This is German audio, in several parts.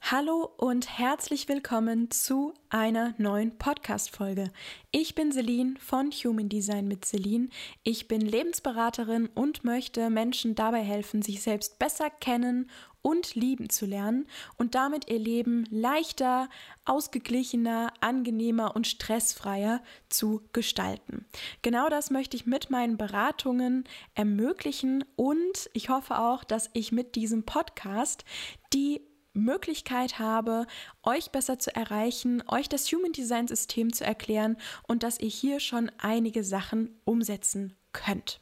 Hallo und herzlich willkommen zu einer neuen Podcast-Folge. Ich bin Celine von Human Design mit Celine. Ich bin Lebensberaterin und möchte Menschen dabei helfen, sich selbst besser kennen und lieben zu lernen und damit ihr Leben leichter, ausgeglichener, angenehmer und stressfreier zu gestalten. Genau das möchte ich mit meinen Beratungen ermöglichen und ich hoffe auch, dass ich mit diesem Podcast die Möglichkeit habe, euch besser zu erreichen, euch das Human Design System zu erklären und dass ihr hier schon einige Sachen umsetzen könnt.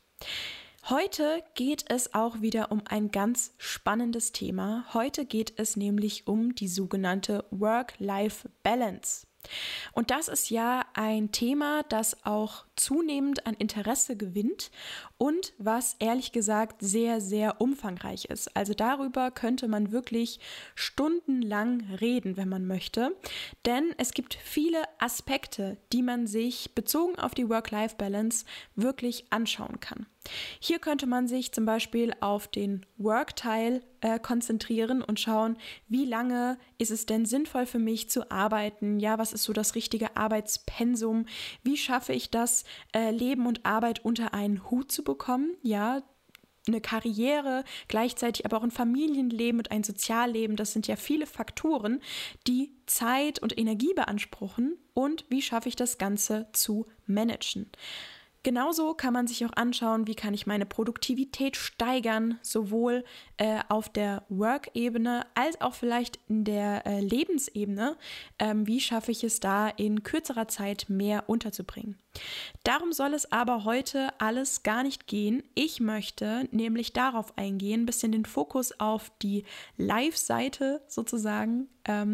Heute geht es auch wieder um ein ganz spannendes Thema. Heute geht es nämlich um die sogenannte Work-Life-Balance. Und das ist ja ein Thema, das auch zunehmend an Interesse gewinnt und was ehrlich gesagt sehr, sehr umfangreich ist. Also darüber könnte man wirklich stundenlang reden, wenn man möchte. Denn es gibt viele Aspekte, die man sich bezogen auf die Work-Life-Balance wirklich anschauen kann. Hier könnte man sich zum Beispiel auf den Work-Teil konzentrieren und schauen, wie lange ist es denn sinnvoll für mich zu arbeiten? Ja, was ist so das richtige Arbeitspensum? Wie schaffe ich das, Leben und Arbeit unter einen Hut zu bekommen? Ja, eine Karriere, gleichzeitig aber auch ein Familienleben und ein Sozialleben. Das sind ja viele Faktoren, die Zeit und Energie beanspruchen. Und wie schaffe ich das Ganze zu managen? Genauso kann man sich auch anschauen, wie kann ich meine Produktivität steigern, sowohl auf der Work-Ebene als auch vielleicht in der Lebensebene. Wie schaffe ich es da in kürzerer Zeit mehr unterzubringen? Darum soll es aber heute alles gar nicht gehen. Ich möchte nämlich darauf eingehen, ein bisschen den Fokus auf die Live-Seite sozusagen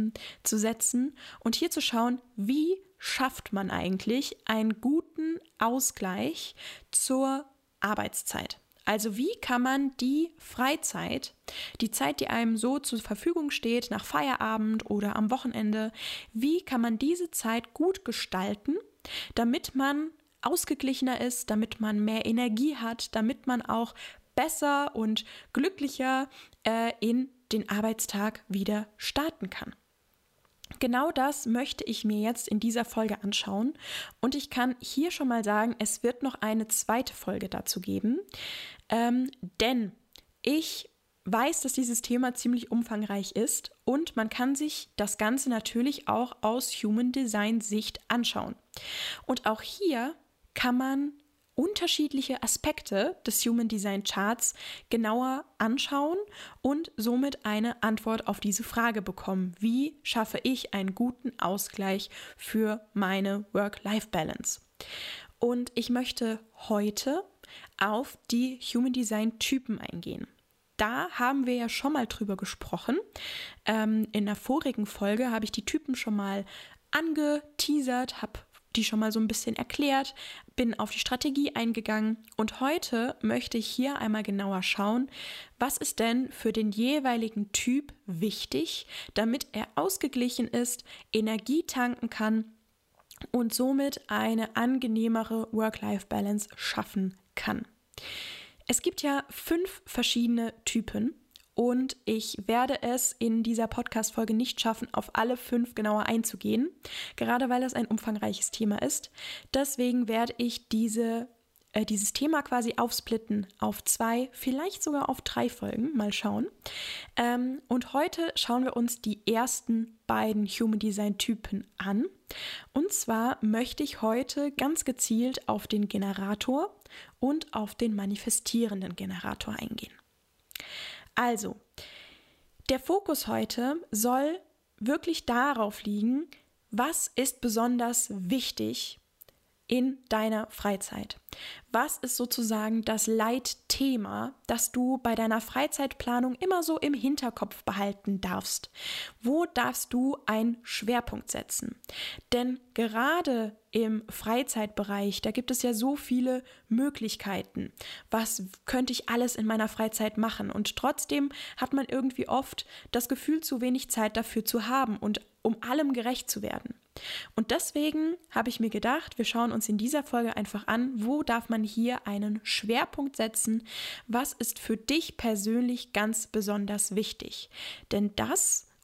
zu setzen und hier zu schauen, wie schafft man eigentlich einen guten Ausgleich zur Arbeitszeit? Also wie kann man die Freizeit, die Zeit, die einem so zur Verfügung steht, nach Feierabend oder am Wochenende, wie kann man diese Zeit gut gestalten, damit man ausgeglichener ist, damit man mehr Energie hat, damit man auch besser und glücklicher in den Arbeitstag wieder starten kann? Genau das möchte ich mir jetzt in dieser Folge anschauen und ich kann hier schon mal sagen, es wird noch eine zweite Folge dazu geben, denn ich weiß, dass dieses Thema ziemlich umfangreich ist und man kann sich das Ganze natürlich auch aus Human Design Sicht anschauen. Und auch hier kann man unterschiedliche Aspekte des Human Design Charts genauer anschauen und somit eine Antwort auf diese Frage bekommen. Wie schaffe ich einen guten Ausgleich für meine Work-Life-Balance? Und ich möchte heute auf die Human Design Typen eingehen. Da haben wir ja schon mal drüber gesprochen. In der vorigen Folge habe ich die Typen schon mal angeteasert, habe die schon mal so ein bisschen erklärt, bin auf die Strategie eingegangen und heute möchte ich hier einmal genauer schauen, was ist denn für den jeweiligen Typ wichtig, damit er ausgeglichen ist, Energie tanken kann und somit eine angenehmere Work-Life-Balance schaffen kann. Es gibt ja 5 verschiedene Typen. Und ich werde es in dieser Podcast-Folge nicht schaffen, auf alle 5 genauer einzugehen, gerade weil das ein umfangreiches Thema ist. Deswegen werde ich dieses Thema quasi aufsplitten auf 2, vielleicht sogar auf 3 Folgen, mal schauen. Und heute schauen wir uns die ersten beiden Human Design Typen an. Und zwar möchte ich heute ganz gezielt auf den Generator und auf den manifestierenden Generator eingehen. Also, der Fokus heute soll wirklich darauf liegen, was ist besonders wichtig in deiner Freizeit? Was ist sozusagen das Leitthema, das du bei deiner Freizeitplanung immer so im Hinterkopf behalten darfst? Wo darfst du einen Schwerpunkt setzen? Denn gerade im Freizeitbereich, da gibt es ja so viele Möglichkeiten. Was könnte ich alles in meiner Freizeit machen? Und trotzdem hat man irgendwie oft das Gefühl, zu wenig Zeit dafür zu haben und um allem gerecht zu werden. Und deswegen habe ich mir gedacht, wir schauen uns in dieser Folge einfach an, wo darf man hier einen Schwerpunkt setzen? Was ist für dich persönlich ganz besonders wichtig? Denn das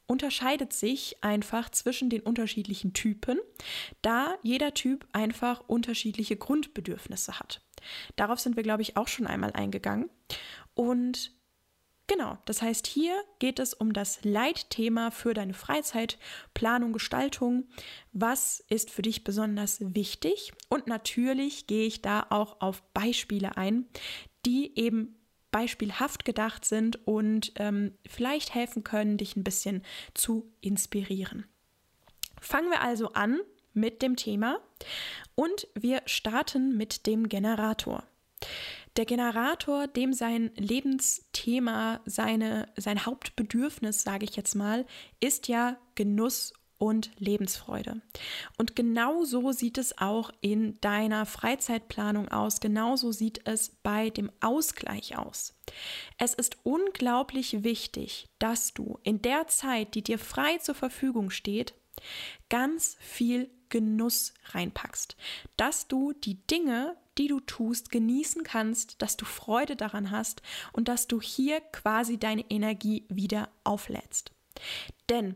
unterscheidet sich einfach zwischen den unterschiedlichen Typen, da jeder Typ einfach unterschiedliche Grundbedürfnisse hat. Darauf sind wir, glaube ich, auch schon einmal eingegangen. Und genau, das heißt, hier geht es um das Leitthema für deine Freizeit, Planung, Gestaltung. Was ist für dich besonders wichtig? Und natürlich gehe ich da auch auf Beispiele ein, die eben beispielhaft gedacht sind und vielleicht helfen können, dich ein bisschen zu inspirieren. Fangen wir also an mit dem Thema und wir starten mit dem Generator. Der Generator, dem sein Lebensthema, sein Hauptbedürfnis, sage ich jetzt mal, ist ja Genuss und Lebensfreude. Und genauso sieht es auch in deiner Freizeitplanung aus, genauso sieht es bei dem Ausgleich aus. Es ist unglaublich wichtig, dass du in der Zeit, die dir frei zur Verfügung steht, ganz viel Genuss reinpackst, dass du die Dinge, die du tust, genießen kannst, dass du Freude daran hast und dass du hier quasi deine Energie wieder auflädst. Denn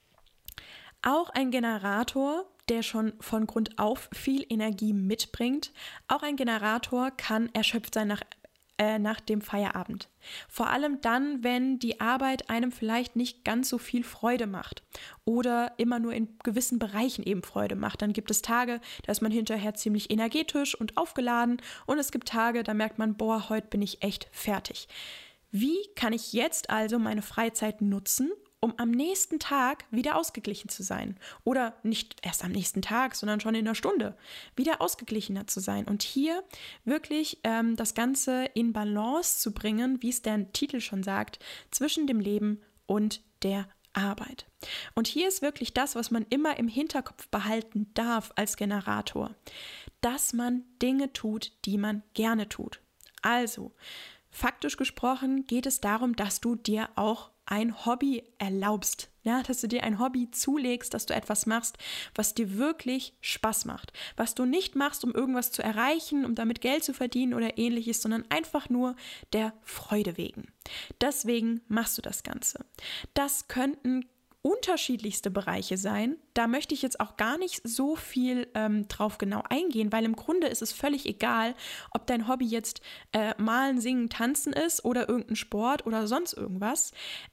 auch ein Generator, der schon von Grund auf viel Energie mitbringt, auch ein Generator kann erschöpft sein nach dem Feierabend. Vor allem dann, wenn die Arbeit einem vielleicht nicht ganz so viel Freude macht oder immer nur in gewissen Bereichen eben Freude macht. Dann gibt es Tage, da ist man hinterher ziemlich energetisch und aufgeladen und es gibt Tage, da merkt man, boah, heute bin ich echt fertig. Wie kann ich jetzt also meine Freizeit nutzen, um am nächsten Tag wieder ausgeglichen zu sein? Oder nicht erst am nächsten Tag, sondern schon in einer Stunde wieder ausgeglichener zu sein. Und hier wirklich das Ganze in Balance zu bringen, wie es der Titel schon sagt, zwischen dem Leben und der Arbeit. Und hier ist wirklich das, was man immer im Hinterkopf behalten darf als Generator, dass man Dinge tut, die man gerne tut. Also, faktisch gesprochen geht es darum, dass du dir auch ein Hobby erlaubst, ja, dass du dir ein Hobby zulegst, dass du etwas machst, was dir wirklich Spaß macht, was du nicht machst, um irgendwas zu erreichen, um damit Geld zu verdienen oder ähnliches, sondern einfach nur der Freude wegen. Deswegen machst du das Ganze. Das könnten unterschiedlichste Bereiche sein. Da möchte ich jetzt auch gar nicht so viel drauf genau eingehen, weil im Grunde ist es völlig egal, ob dein Hobby jetzt Malen, Singen, Tanzen ist oder irgendein Sport oder sonst irgendwas.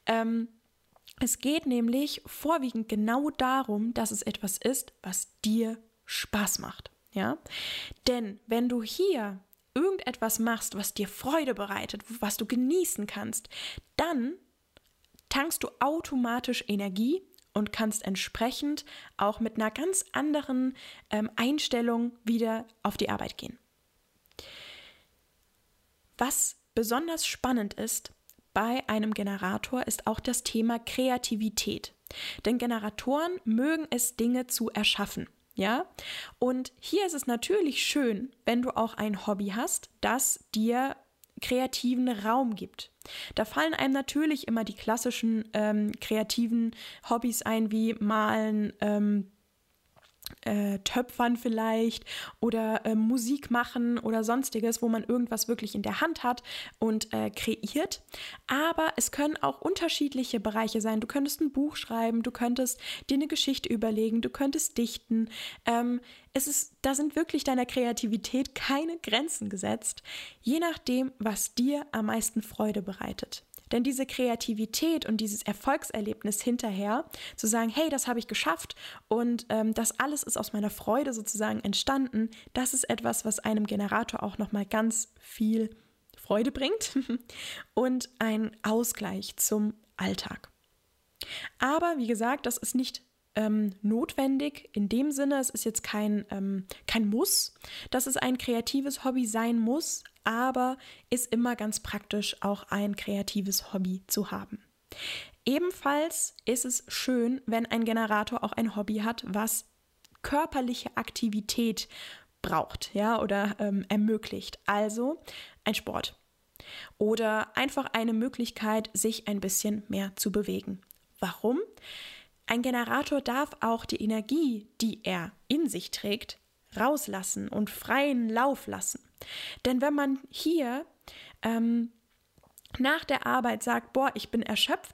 Es geht nämlich vorwiegend genau darum, dass es etwas ist, was dir Spaß macht. Ja? Denn wenn du hier irgendetwas machst, was dir Freude bereitet, was du genießen kannst, dann tankst du automatisch Energie und kannst entsprechend auch mit einer ganz anderen Einstellung wieder auf die Arbeit gehen. Was besonders spannend ist bei einem Generator, ist auch das Thema Kreativität. Denn Generatoren mögen es, Dinge zu erschaffen. Ja? Und hier ist es natürlich schön, wenn du auch ein Hobby hast, das dir kreativen Raum gibt. Da fallen einem natürlich immer die klassischen kreativen Hobbys ein, wie Malen, Töpfern vielleicht oder Musik machen oder sonstiges, wo man irgendwas wirklich in der Hand hat und kreiert. Aber es können auch unterschiedliche Bereiche sein. Du könntest ein Buch schreiben, du könntest dir eine Geschichte überlegen, du könntest dichten. Da sind wirklich deiner Kreativität keine Grenzen gesetzt, je nachdem, was dir am meisten Freude bereitet. Denn diese Kreativität und dieses Erfolgserlebnis hinterher, zu sagen, hey, das habe ich geschafft und das alles ist aus meiner Freude sozusagen entstanden, das ist etwas, was einem Generator auch nochmal ganz viel Freude bringt und einen Ausgleich zum Alltag. Aber wie gesagt, das ist nicht notwendig in dem Sinne, es ist jetzt kein Muss, dass es ein kreatives Hobby sein muss, aber ist immer ganz praktisch, auch ein kreatives Hobby zu haben. Ebenfalls ist es schön, wenn ein Generator auch ein Hobby hat, was körperliche Aktivität braucht, ja, oder ermöglicht. Also ein Sport oder einfach eine Möglichkeit, sich ein bisschen mehr zu bewegen. Warum? Ein Generator darf auch die Energie, die er in sich trägt, rauslassen und freien Lauf lassen. Denn wenn man hier nach der Arbeit sagt, boah, ich bin erschöpft,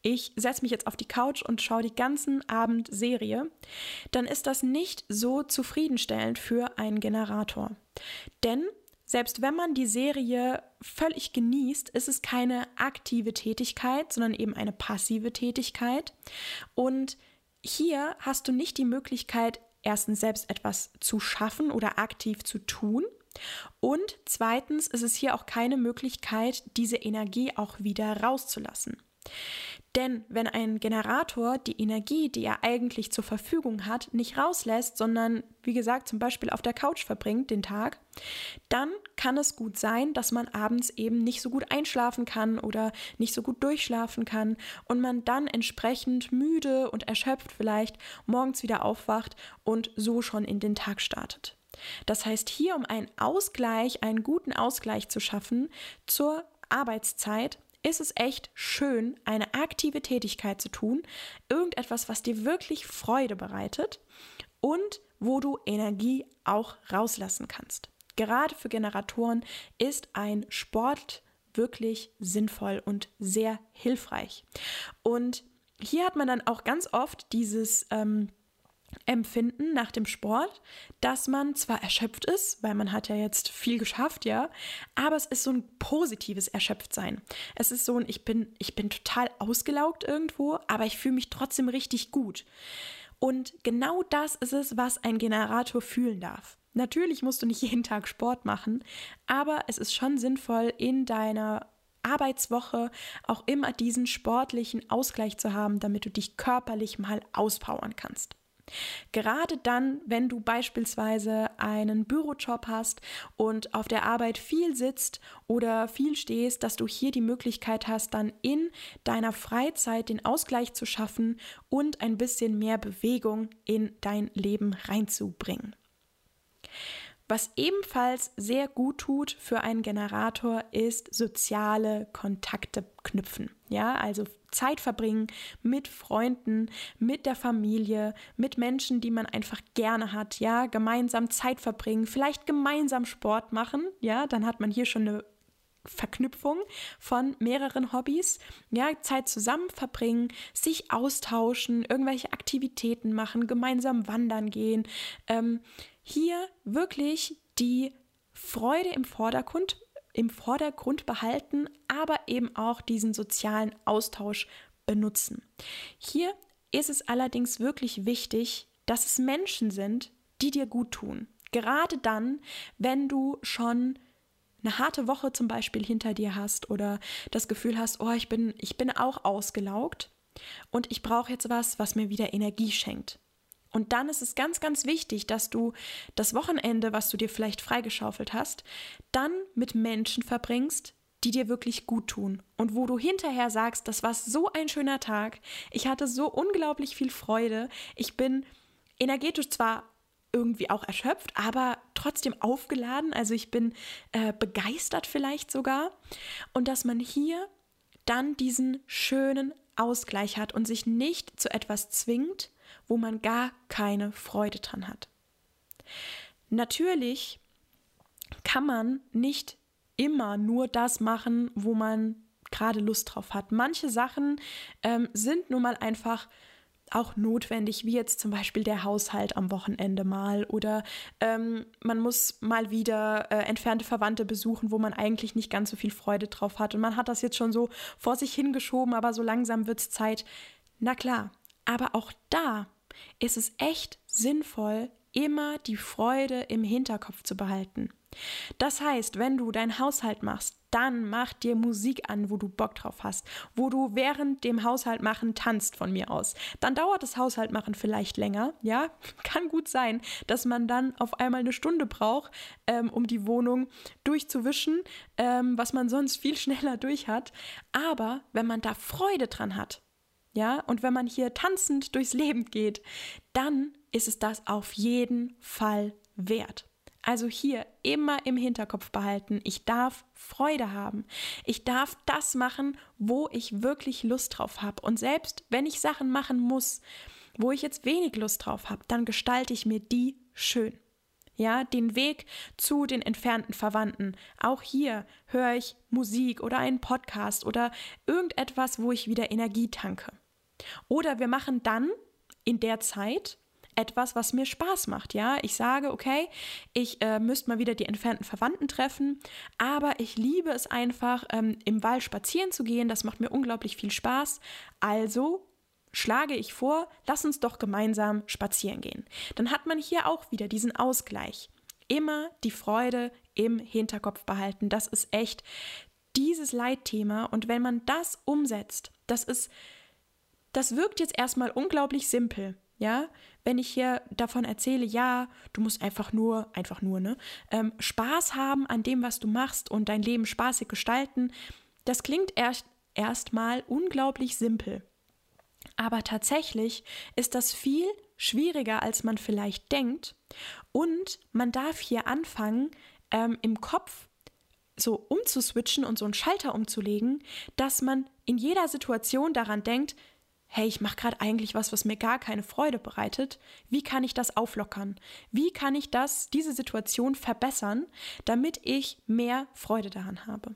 ich setze mich jetzt auf die Couch und schaue die ganzen Abend Serie, dann ist das nicht so zufriedenstellend für einen Generator. Denn selbst wenn man die Serie völlig genießt, ist es keine aktive Tätigkeit, sondern eben eine passive Tätigkeit. Und hier hast du nicht die Möglichkeit, erstens selbst etwas zu schaffen oder aktiv zu tun. Und zweitens ist es hier auch keine Möglichkeit, diese Energie auch wieder rauszulassen. Denn wenn ein Generator die Energie, die er eigentlich zur Verfügung hat, nicht rauslässt, sondern, wie gesagt, zum Beispiel auf der Couch verbringt den Tag, dann kann es gut sein, dass man abends eben nicht so gut einschlafen kann oder nicht so gut durchschlafen kann und man dann entsprechend müde und erschöpft vielleicht morgens wieder aufwacht und so schon in den Tag startet. Das heißt, hier, um einen guten Ausgleich zu schaffen zur Arbeitszeit, ist es echt schön, eine aktive Tätigkeit zu tun, irgendetwas, was dir wirklich Freude bereitet und wo du Energie auch rauslassen kannst. Gerade für Generatoren ist ein Sport wirklich sinnvoll und sehr hilfreich. Und hier hat man dann auch ganz oft dieses Empfinden nach dem Sport, dass man zwar erschöpft ist, weil man hat ja jetzt viel geschafft, ja, aber es ist so ein positives Erschöpftsein. Es ist so ein, ich bin total ausgelaugt irgendwo, aber ich fühle mich trotzdem richtig gut. Und genau das ist es, was ein Generator fühlen darf. Natürlich musst du nicht jeden Tag Sport machen, aber es ist schon sinnvoll, in deiner Arbeitswoche auch immer diesen sportlichen Ausgleich zu haben, damit du dich körperlich mal auspowern kannst. Gerade dann, wenn du beispielsweise einen Bürojob hast und auf der Arbeit viel sitzt oder viel stehst, dass du hier die Möglichkeit hast, dann in deiner Freizeit den Ausgleich zu schaffen und ein bisschen mehr Bewegung in dein Leben reinzubringen. Was ebenfalls sehr gut tut für einen Generator, ist soziale Kontakte knüpfen. Ja, also Zeit verbringen mit Freunden, mit der Familie, mit Menschen, die man einfach gerne hat. Ja, gemeinsam Zeit verbringen, vielleicht gemeinsam Sport machen. Ja, dann hat man hier schon eine Verknüpfung von mehreren Hobbys, ja, Zeit zusammen verbringen, sich austauschen, irgendwelche Aktivitäten machen, gemeinsam wandern gehen. Hier wirklich die Freude im Vordergrund behalten, aber eben auch diesen sozialen Austausch benutzen. Hier ist es allerdings wirklich wichtig, dass es Menschen sind, die dir gut tun. Gerade dann, wenn du schon eine harte Woche zum Beispiel hinter dir hast oder das Gefühl hast, oh, ich bin auch ausgelaugt und ich brauche jetzt was mir wieder Energie schenkt. Und dann ist es ganz, ganz wichtig, dass du das Wochenende, was du dir vielleicht freigeschaufelt hast, dann mit Menschen verbringst, die dir wirklich gut tun. Und wo du hinterher sagst, das war so ein schöner Tag, ich hatte so unglaublich viel Freude, ich bin energetisch zwar irgendwie auch erschöpft, aber trotzdem aufgeladen, also ich bin begeistert vielleicht sogar. Und dass man hier dann diesen schönen Ausgleich hat und sich nicht zu etwas zwingt, wo man gar keine Freude dran hat. Natürlich kann man nicht immer nur das machen, wo man gerade Lust drauf hat. Manche Sachen sind nun mal einfach auch notwendig, wie jetzt zum Beispiel der Haushalt am Wochenende mal oder man muss mal wieder entfernte Verwandte besuchen, wo man eigentlich nicht ganz so viel Freude drauf hat und man hat das jetzt schon so vor sich hingeschoben, aber so langsam wird es Zeit. Na klar, aber auch da ist es echt sinnvoll, immer die Freude im Hinterkopf zu behalten. Das heißt, wenn du deinen Haushalt machst, dann mach dir Musik an, wo du Bock drauf hast, wo du während dem Haushalt machen tanzt von mir aus. Dann dauert das Haushalt machen vielleicht länger, ja, kann gut sein, dass man dann auf einmal eine Stunde braucht, um die Wohnung durchzuwischen, was man sonst viel schneller durch hat. Aber wenn man da Freude dran hat, ja, und wenn man hier tanzend durchs Leben geht, dann ist es das auf jeden Fall wert. Also hier immer im Hinterkopf behalten, ich darf Freude haben. Ich darf das machen, wo ich wirklich Lust drauf habe. Und selbst wenn ich Sachen machen muss, wo ich jetzt wenig Lust drauf habe, dann gestalte ich mir die schön. Ja, den Weg zu den entfernten Verwandten. Auch hier höre ich Musik oder einen Podcast oder irgendetwas, wo ich wieder Energie tanke. Oder wir machen dann in der Zeit etwas, was mir Spaß macht. Ja, ich sage, okay, ich müsste mal wieder die entfernten Verwandten treffen, aber ich liebe es einfach, im Wald spazieren zu gehen. Das macht mir unglaublich viel Spaß. Also schlage ich vor, lass uns doch gemeinsam spazieren gehen. Dann hat man hier auch wieder diesen Ausgleich. Immer die Freude im Hinterkopf behalten. Das ist echt dieses Leitthema. Und wenn man das umsetzt, das wirkt jetzt erstmal unglaublich simpel. Ja, wenn ich hier davon erzähle, ja, du musst einfach nur, ne, Spaß haben an dem, was du machst und dein Leben spaßig gestalten, das klingt erstmal unglaublich simpel. Aber tatsächlich ist das viel schwieriger, als man vielleicht denkt. Und man darf hier anfangen, im Kopf so umzuswitchen und so einen Schalter umzulegen, dass man in jeder Situation daran denkt, hey, ich mache gerade eigentlich was mir gar keine Freude bereitet. Wie kann ich das auflockern? Wie kann ich diese Situation verbessern, damit ich mehr Freude daran habe?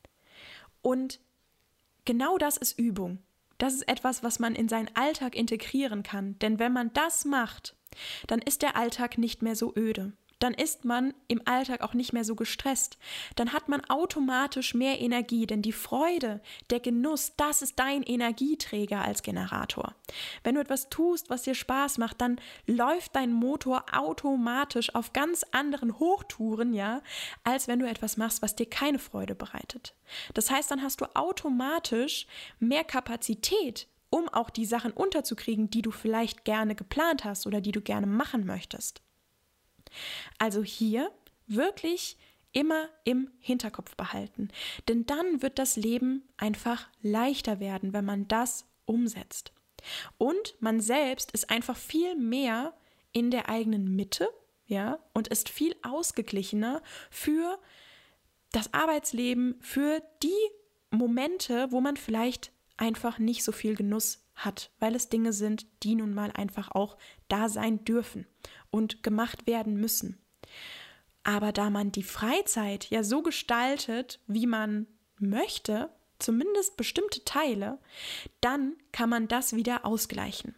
Und genau das ist Übung. Das ist etwas, was man in seinen Alltag integrieren kann. Denn wenn man das macht, dann ist der Alltag nicht mehr so öde. Dann ist man im Alltag auch nicht mehr so gestresst. Dann hat man automatisch mehr Energie, denn die Freude, der Genuss, das ist dein Energieträger als Generator. Wenn du etwas tust, was dir Spaß macht, dann läuft dein Motor automatisch auf ganz anderen Hochtouren, ja, als wenn du etwas machst, was dir keine Freude bereitet. Das heißt, dann hast du automatisch mehr Kapazität, um auch die Sachen unterzukriegen, die du vielleicht gerne geplant hast oder die du gerne machen möchtest. Also hier wirklich immer im Hinterkopf behalten, denn dann wird das Leben einfach leichter werden, wenn man das umsetzt. Und man selbst ist einfach viel mehr in der eigenen Mitte, ja, und ist viel ausgeglichener für das Arbeitsleben, für die Momente, wo man vielleicht einfach nicht so viel Genuss hat, weil es Dinge sind, die nun mal einfach auch da sein dürfen und gemacht werden müssen. Aber da man die Freizeit ja so gestaltet, wie man möchte, zumindest bestimmte Teile, dann kann man das wieder ausgleichen.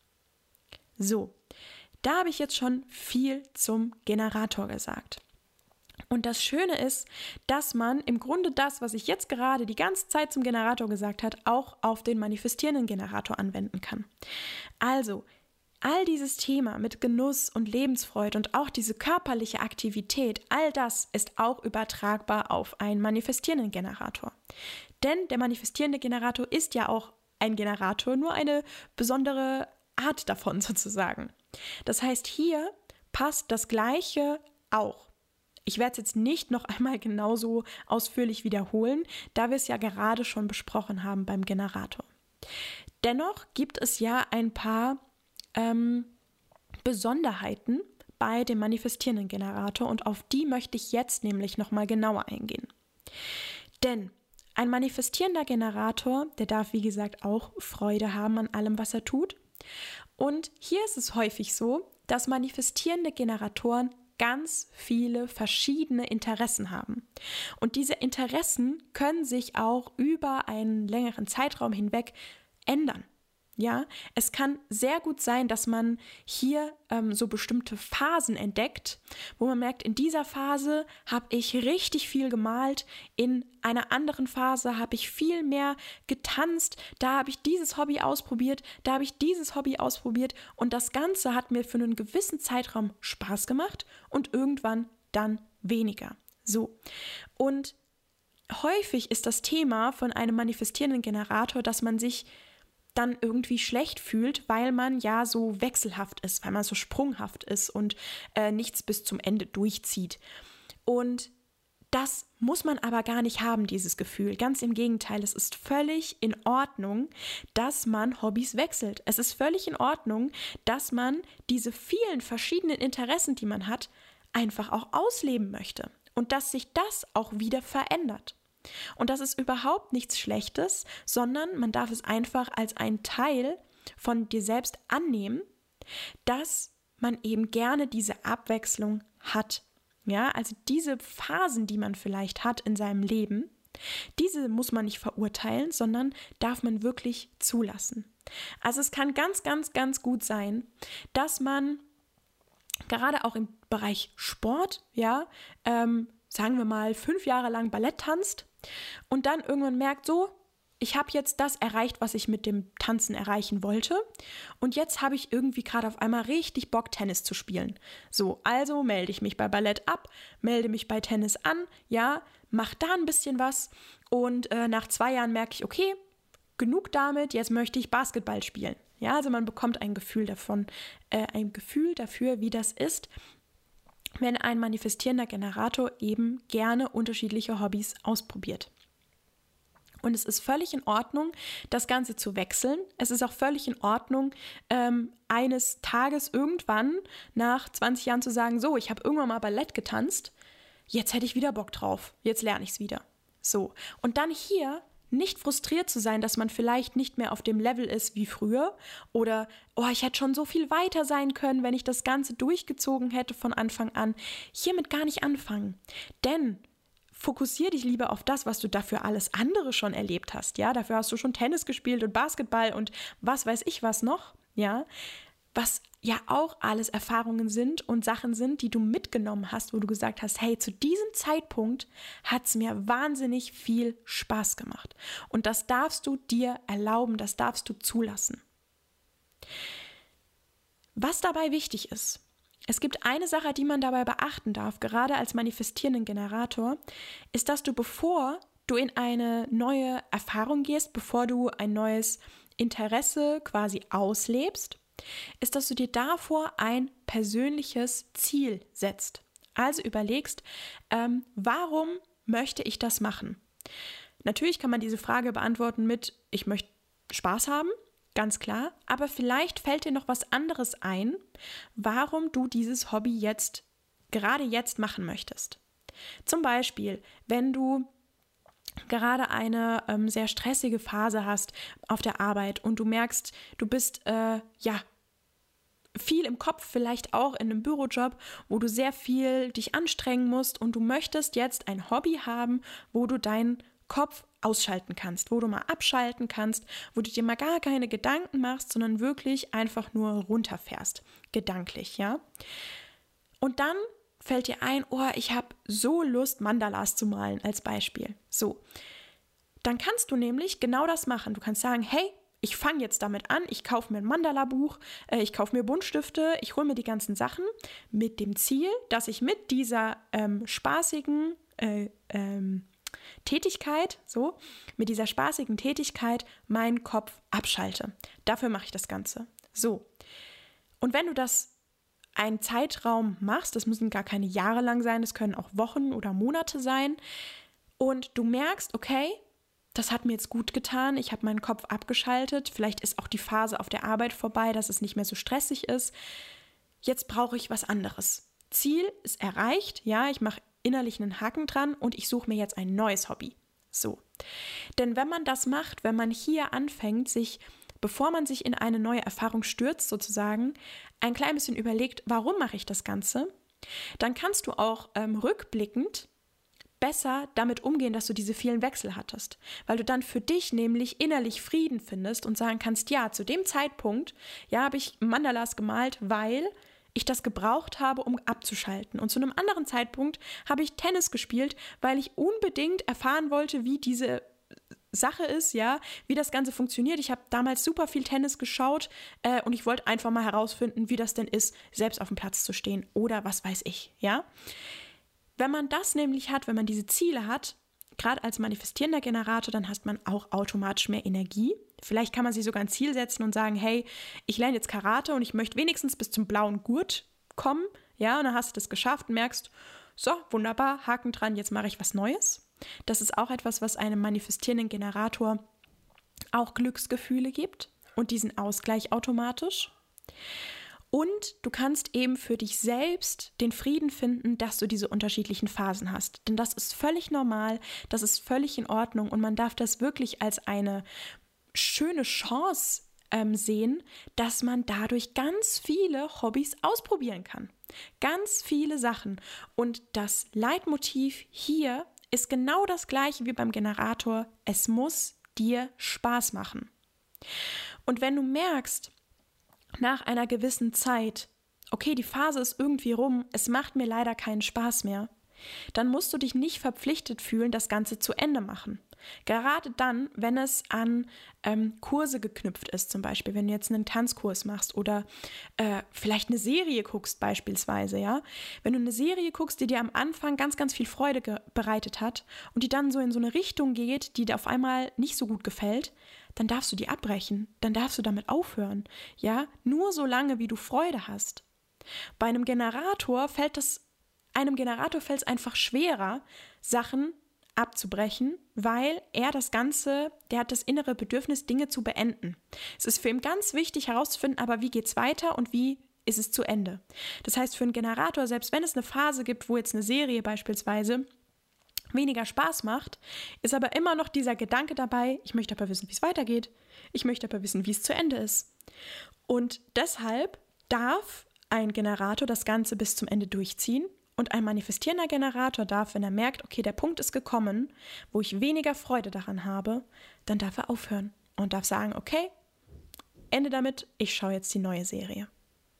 So, da habe ich jetzt schon viel zum Generator gesagt. Und das Schöne ist, dass man im Grunde das, was ich jetzt gerade die ganze Zeit zum Generator gesagt habe, auch auf den manifestierenden Generator anwenden kann. Also, all dieses Thema mit Genuss und Lebensfreude und auch diese körperliche Aktivität, all das ist auch übertragbar auf einen manifestierenden Generator. Denn der manifestierende Generator ist ja auch ein Generator, nur eine besondere Art davon sozusagen. Das heißt, hier passt das Gleiche auch. Ich werde es jetzt nicht noch einmal genauso ausführlich wiederholen, da wir es ja gerade schon besprochen haben beim Generator. Dennoch gibt es ja ein paar Besonderheiten bei dem manifestierenden Generator und auf die möchte ich jetzt nämlich nochmal genauer eingehen. Denn ein manifestierender Generator, der darf wie gesagt auch Freude haben an allem, was er tut. Und hier ist es häufig so, dass manifestierende Generatoren ganz viele verschiedene Interessen haben. Und diese Interessen können sich auch über einen längeren Zeitraum hinweg ändern. Ja, es kann sehr gut sein, dass man hier so bestimmte Phasen entdeckt, wo man merkt, in dieser Phase habe ich richtig viel gemalt, in einer anderen Phase habe ich viel mehr getanzt, da habe ich dieses Hobby ausprobiert, da habe ich dieses Hobby ausprobiert und das Ganze hat mir für einen gewissen Zeitraum Spaß gemacht und irgendwann dann weniger. So, und häufig ist das Thema von einem manifestierenden Generator, dass man sich dann irgendwie schlecht fühlt, weil man ja so wechselhaft ist, weil man so sprunghaft ist und nichts bis zum Ende durchzieht. Und das muss man aber gar nicht haben, dieses Gefühl. Ganz im Gegenteil, es ist völlig in Ordnung, dass man Hobbys wechselt. Es ist völlig in Ordnung, dass man diese vielen verschiedenen Interessen, die man hat, einfach auch ausleben möchte und dass sich das auch wieder verändert. Und das ist überhaupt nichts Schlechtes, sondern man darf es einfach als einen Teil von dir selbst annehmen, dass man eben gerne diese Abwechslung hat. Ja, also diese Phasen, die man vielleicht hat in seinem Leben, diese muss man nicht verurteilen, sondern darf man wirklich zulassen. Also es kann ganz, ganz, ganz gut sein, dass man gerade auch im Bereich Sport, ja, sagen wir mal 5 Jahre lang Ballett tanzt und dann irgendwann merkt, so, ich habe jetzt das erreicht, was ich mit dem Tanzen erreichen wollte und jetzt habe ich irgendwie gerade auf einmal richtig Bock, Tennis zu spielen. So, also melde ich mich bei Ballett ab, melde mich bei Tennis an, ja, mach da ein bisschen was und nach 2 Jahren merke ich, okay, genug damit, jetzt möchte ich Basketball spielen. Ja, also man bekommt ein Gefühl dafür, wie das ist, wenn ein manifestierender Generator eben gerne unterschiedliche Hobbys ausprobiert. Und es ist völlig in Ordnung, das Ganze zu wechseln. Es ist auch völlig in Ordnung, eines Tages irgendwann nach 20 Jahren zu sagen, so, ich habe irgendwann mal Ballett getanzt, jetzt hätte ich wieder Bock drauf, jetzt lerne ich es wieder. So, und dann hier nicht frustriert zu sein, dass man vielleicht nicht mehr auf dem Level ist wie früher oder, oh, ich hätte schon so viel weiter sein können, wenn ich das Ganze durchgezogen hätte von Anfang an. Hiermit gar nicht anfangen, denn fokussiere dich lieber auf das, was du dafür alles andere schon erlebt hast. Ja, dafür hast du schon Tennis gespielt und Basketball und was weiß ich was noch. Ja, was ja auch alles Erfahrungen sind und Sachen sind, die du mitgenommen hast, wo du gesagt hast, hey, zu diesem Zeitpunkt hat es mir wahnsinnig viel Spaß gemacht. Und das darfst du dir erlauben, das darfst du zulassen. Was dabei wichtig ist, es gibt eine Sache, die man dabei beachten darf, gerade als manifestierenden Generator, ist, dass du, bevor du in eine neue Erfahrung gehst, bevor du ein neues Interesse quasi auslebst, ist, dass du dir davor ein persönliches Ziel setzt. Also überlegst, warum möchte ich das machen? Natürlich kann man diese Frage beantworten mit, ich möchte Spaß haben, ganz klar, aber vielleicht fällt dir noch was anderes ein, warum du dieses Hobby gerade jetzt machen möchtest. Zum Beispiel, wenn du gerade eine sehr stressige Phase hast auf der Arbeit und du merkst, du bist viel im Kopf, vielleicht auch in einem Bürojob, wo du sehr viel dich anstrengen musst und du möchtest jetzt ein Hobby haben, wo du deinen Kopf ausschalten kannst, wo du mal abschalten kannst, wo du dir mal gar keine Gedanken machst, sondern wirklich einfach nur runterfährst, gedanklich, ja. Und dann fällt dir ein, oh, ich habe so Lust, Mandalas zu malen, als Beispiel. So, dann kannst du nämlich genau das machen. Du kannst sagen, hey, ich fange jetzt damit an, ich kaufe mir ein Mandala-Buch, ich kaufe mir Buntstifte, ich hole mir die ganzen Sachen mit dem Ziel, dass ich mit dieser spaßigen Tätigkeit, meinen Kopf abschalte. Dafür mache ich das Ganze. So, und wenn du das einen Zeitraum machst, das müssen gar keine Jahre lang sein, das können auch Wochen oder Monate sein, und du merkst, okay, das hat mir jetzt gut getan, ich habe meinen Kopf abgeschaltet, vielleicht ist auch die Phase auf der Arbeit vorbei, dass es nicht mehr so stressig ist, jetzt brauche ich was anderes. Ziel ist erreicht, ja, ich mache innerlich einen Haken dran und ich suche mir jetzt ein neues Hobby. So, denn wenn man das macht, wenn man hier anfängt, bevor man sich in eine neue Erfahrung stürzt sozusagen, ein klein bisschen überlegt, warum mache ich das Ganze, dann kannst du auch rückblickend besser damit umgehen, dass du diese vielen Wechsel hattest, weil du dann für dich nämlich innerlich Frieden findest und sagen kannst, ja, zu dem Zeitpunkt, ja, habe ich Mandalas gemalt, weil ich das gebraucht habe, um abzuschalten. Und zu einem anderen Zeitpunkt habe ich Tennis gespielt, weil ich unbedingt erfahren wollte, wie diese Sache ist, ja, wie das Ganze funktioniert. Ich habe damals super viel Tennis geschaut und ich wollte einfach mal herausfinden, wie das denn ist, selbst auf dem Platz zu stehen oder was weiß ich, ja. Wenn man das nämlich hat, wenn man diese Ziele hat, gerade als manifestierender Generator, dann hat man auch automatisch mehr Energie. Vielleicht kann man sich sogar ein Ziel setzen und sagen, hey, ich lerne jetzt Karate und ich möchte wenigstens bis zum blauen Gurt kommen. Ja, und dann hast du das geschafft und merkst, so, wunderbar, Haken dran, jetzt mache ich was Neues. Das ist auch etwas, was einem manifestierenden Generator auch Glücksgefühle gibt und diesen Ausgleich automatisch. Und du kannst eben für dich selbst den Frieden finden, dass du diese unterschiedlichen Phasen hast. Denn das ist völlig normal, das ist völlig in Ordnung und man darf das wirklich als eine schöne Chance sehen, dass man dadurch ganz viele Hobbys ausprobieren kann. Ganz viele Sachen. Und das Leitmotiv hier ist genau das gleiche wie beim Generator. Es muss dir Spaß machen. Und wenn du merkst, nach einer gewissen Zeit, okay, die Phase ist irgendwie rum, es macht mir leider keinen Spaß mehr, dann musst du dich nicht verpflichtet fühlen, das Ganze zu Ende machen. Gerade dann, wenn es an Kurse geknüpft ist, zum Beispiel, wenn du jetzt einen Tanzkurs machst oder vielleicht eine Serie guckst beispielsweise, ja. Wenn du eine Serie guckst, die dir am Anfang ganz, ganz viel Freude bereitet hat und die dann so in so eine Richtung geht, die dir auf einmal nicht so gut gefällt, dann darfst du die abbrechen, dann darfst du damit aufhören, ja. Nur so lange, wie du Freude hast. Bei einem Generator fällt es einfach schwerer, Sachen abzubrechen, weil der hat das innere Bedürfnis, Dinge zu beenden. Es ist für ihn ganz wichtig herauszufinden, aber wie geht's weiter und wie ist es zu Ende? Das heißt, für einen Generator, selbst wenn es eine Phase gibt, wo jetzt eine Serie beispielsweise weniger Spaß macht, ist aber immer noch dieser Gedanke dabei, ich möchte aber wissen, wie es weitergeht. Ich möchte aber wissen, wie es zu Ende ist. Und deshalb darf ein Generator das Ganze bis zum Ende durchziehen. Und ein manifestierender Generator darf, wenn er merkt, okay, der Punkt ist gekommen, wo ich weniger Freude daran habe, dann darf er aufhören und darf sagen, okay, Ende damit, ich schaue jetzt die neue Serie.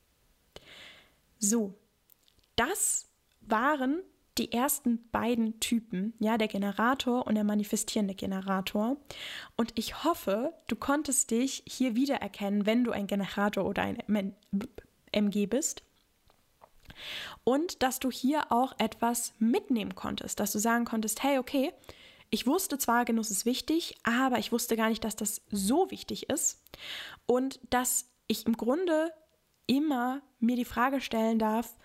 So, das waren die ersten beiden Typen, ja, der Generator und der manifestierende Generator. Und ich hoffe, du konntest dich hier wiedererkennen, wenn du ein Generator oder ein MG bist. Und dass du hier auch etwas mitnehmen konntest, dass du sagen konntest, hey, okay, ich wusste zwar, Genuss ist wichtig, aber ich wusste gar nicht, dass das so wichtig ist und dass ich im Grunde immer mir die Frage stellen darf,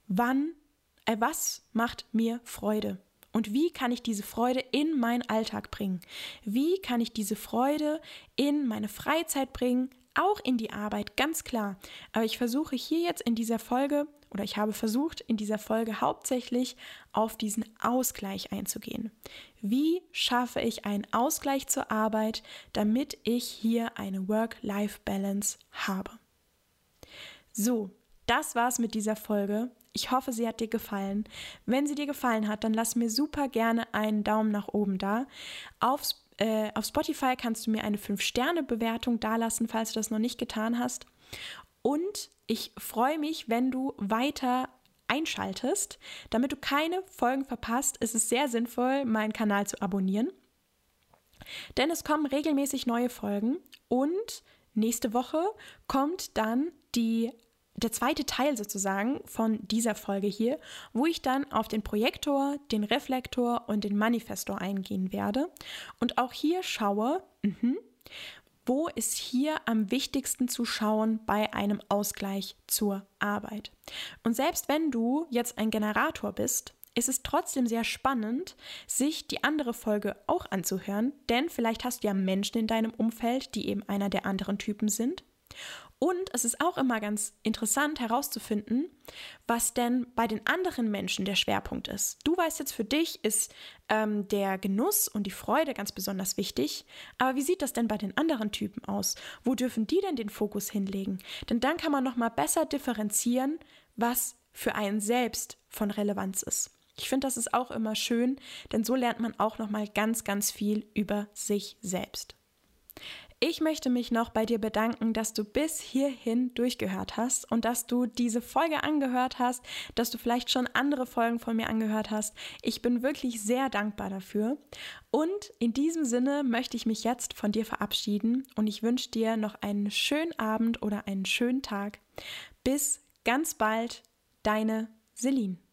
was macht mir Freude? Und wie kann ich diese Freude in meinen Alltag bringen? Wie kann ich diese Freude in meine Freizeit bringen? Auch in die Arbeit, ganz klar. Aber ich versuche hier jetzt in dieser Folge, oder ich habe versucht, in dieser Folge hauptsächlich auf diesen Ausgleich einzugehen. Wie schaffe ich einen Ausgleich zur Arbeit, damit ich hier eine Work-Life-Balance habe? So, das war's mit dieser Folge. Ich hoffe, sie hat dir gefallen. Wenn sie dir gefallen hat, dann lass mir super gerne einen Daumen nach oben da. Auf Spotify kannst du mir eine 5-Sterne-Bewertung dalassen, falls du das noch nicht getan hast. Und ich freue mich, wenn du weiter einschaltest. Damit du keine Folgen verpasst, ist es sehr sinnvoll, meinen Kanal zu abonnieren. Denn es kommen regelmäßig neue Folgen und nächste Woche kommt dann der zweite Teil sozusagen von dieser Folge hier, wo ich dann auf den Projektor, den Reflektor und den Manifestor eingehen werde und auch hier schaue, wo ist hier am wichtigsten zu schauen bei einem Ausgleich zur Arbeit. Und selbst wenn du jetzt ein Generator bist, ist es trotzdem sehr spannend, sich die andere Folge auch anzuhören, denn vielleicht hast du ja Menschen in deinem Umfeld, die eben einer der anderen Typen sind. Und es ist auch immer ganz interessant herauszufinden, was denn bei den anderen Menschen der Schwerpunkt ist. Du weißt jetzt, für dich ist der Genuss und die Freude ganz besonders wichtig. Aber wie sieht das denn bei den anderen Typen aus? Wo dürfen die denn den Fokus hinlegen? Denn dann kann man nochmal besser differenzieren, was für einen selbst von Relevanz ist. Ich finde, das ist auch immer schön, denn so lernt man auch nochmal ganz, ganz viel über sich selbst. Ich möchte mich noch bei dir bedanken, dass du bis hierhin durchgehört hast und dass du diese Folge angehört hast, dass du vielleicht schon andere Folgen von mir angehört hast. Ich bin wirklich sehr dankbar dafür. Und in diesem Sinne möchte ich mich jetzt von dir verabschieden und ich wünsche dir noch einen schönen Abend oder einen schönen Tag. Bis ganz bald, deine Celine.